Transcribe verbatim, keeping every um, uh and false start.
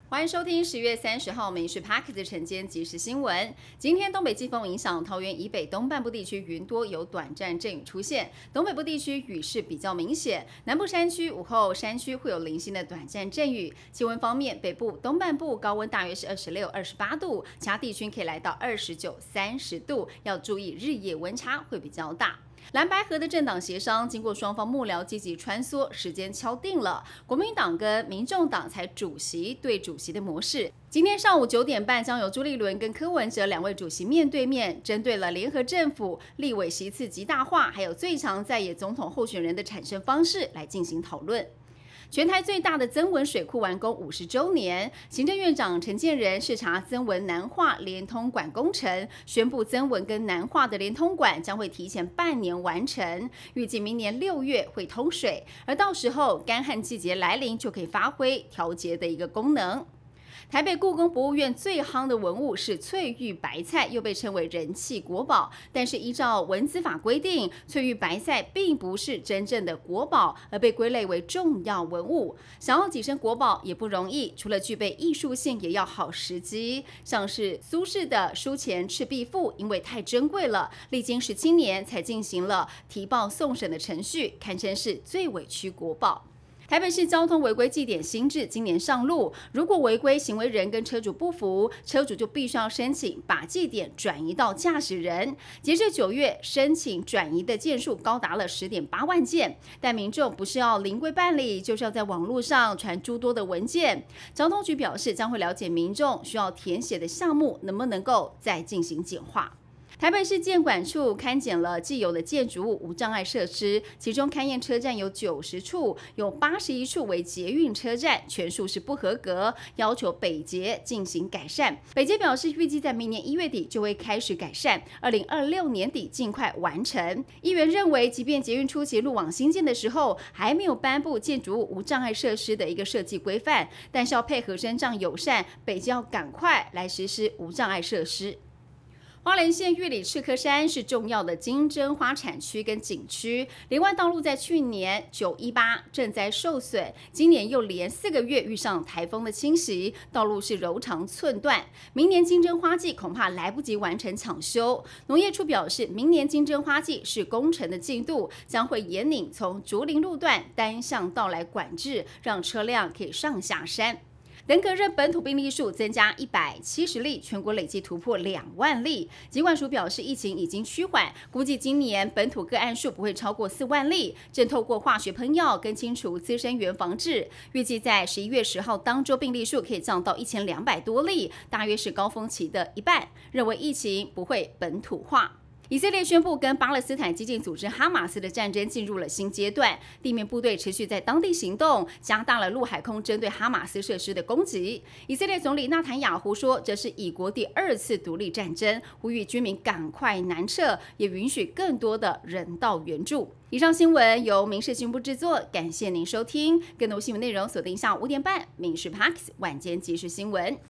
欢迎收听十月三十号民视 P A K 的晨间即时新闻。今天东北季风影响桃园以北东半部地区云多有短暂阵雨出现，东北部地区雨势比较明显，南部山区午后山区会有零星的短暂阵雨。气温方面，北部东半部高温大约是二十六、二十八度，其他地区可以来到二十九、三十度，要注意日夜温差会比较大。蓝白合的政党协商，经过双方幕僚积极穿梭，时间敲定了。国民党跟民众党采主席对主席的模式。今天上午九点半，将由朱立伦跟柯文哲两位主席面对面，针对了联合政府、立委席次极大化，还有最长在野总统候选人的产生方式来进行讨论。全台最大的曾文水库完工五十周年，行政院长陈建仁视察曾文南化连通管工程，宣布曾文跟南化的连通管将会提前半年完成，预计明年六月会通水，而到时候干旱季节来临，就可以发挥调节的一个功能。台北故宫博物院最夯的文物是翠玉白菜，又被称为人气国宝。但是依照文资法规定，翠玉白菜并不是真正的国宝，而被归类为重要文物。想要跻身国宝也不容易，除了具备艺术性，也要好时机。像是苏轼的《书前赤壁赋》，因为太珍贵了，历经十七年才进行了提报送审的程序，堪称是最委屈国宝。台北市交通违规记点新制今年上路，如果违规行为人跟车主不符，车主就必须要申请把记点转移到驾驶人。截至九月，申请转移的件数高达了十点八万件，但民众不是要临柜办理，就是要在网络上传诸多的文件。交通局表示，将会了解民众需要填写的项目能不能够再进行简化。台北市建管处勘检了既有的建筑物无障碍设施，其中勘验车站有九十处，有八十一处为捷运车站，全数是不合格，要求北捷进行改善。北捷表示，预计在明年一月底就会开始改善，二零二六年底尽快完成。议员认为，即便捷运初期路网新建的时候还没有颁布建筑物无障碍设施的一个设计规范，但是要配合身障友善，北捷要赶快来实施无障碍设施。花莲县玉里赤科山是重要的金针花产区跟景区，连外道路在去年九一八震灾受损，今年又连四个月遇上台风的侵袭，道路是柔肠寸断。明年金针花季恐怕来不及完成抢修。农业处表示，明年金针花季是工程的进度，将会沿岭从竹林路段单向道来管制，让车辆可以上下山。登革热本土病例数增加一百七十例，全国累计突破两万例。疾管署表示，疫情已经趋缓，估计今年本土个案数不会超过四万例，正透过化学喷药跟清除滋生源防治。预计在十一月十号当周病例数可以降到一千两百多例，大约是高峰期的一半。认为疫情不会本土化。以色列宣布跟巴勒斯坦激进组织哈马斯的战争进入了新阶段，地面部队持续在当地行动，加大了陆海空针对哈马斯设施的攻击。以色列总理纳坦雅胡说，这是以国第二次独立战争，呼吁居民赶快南撤，也允许更多的人道援助。以上新闻由民视新闻部制作，感谢您收听。更多新闻内容锁定下午五点半，民视 P A K 晚间即时新闻。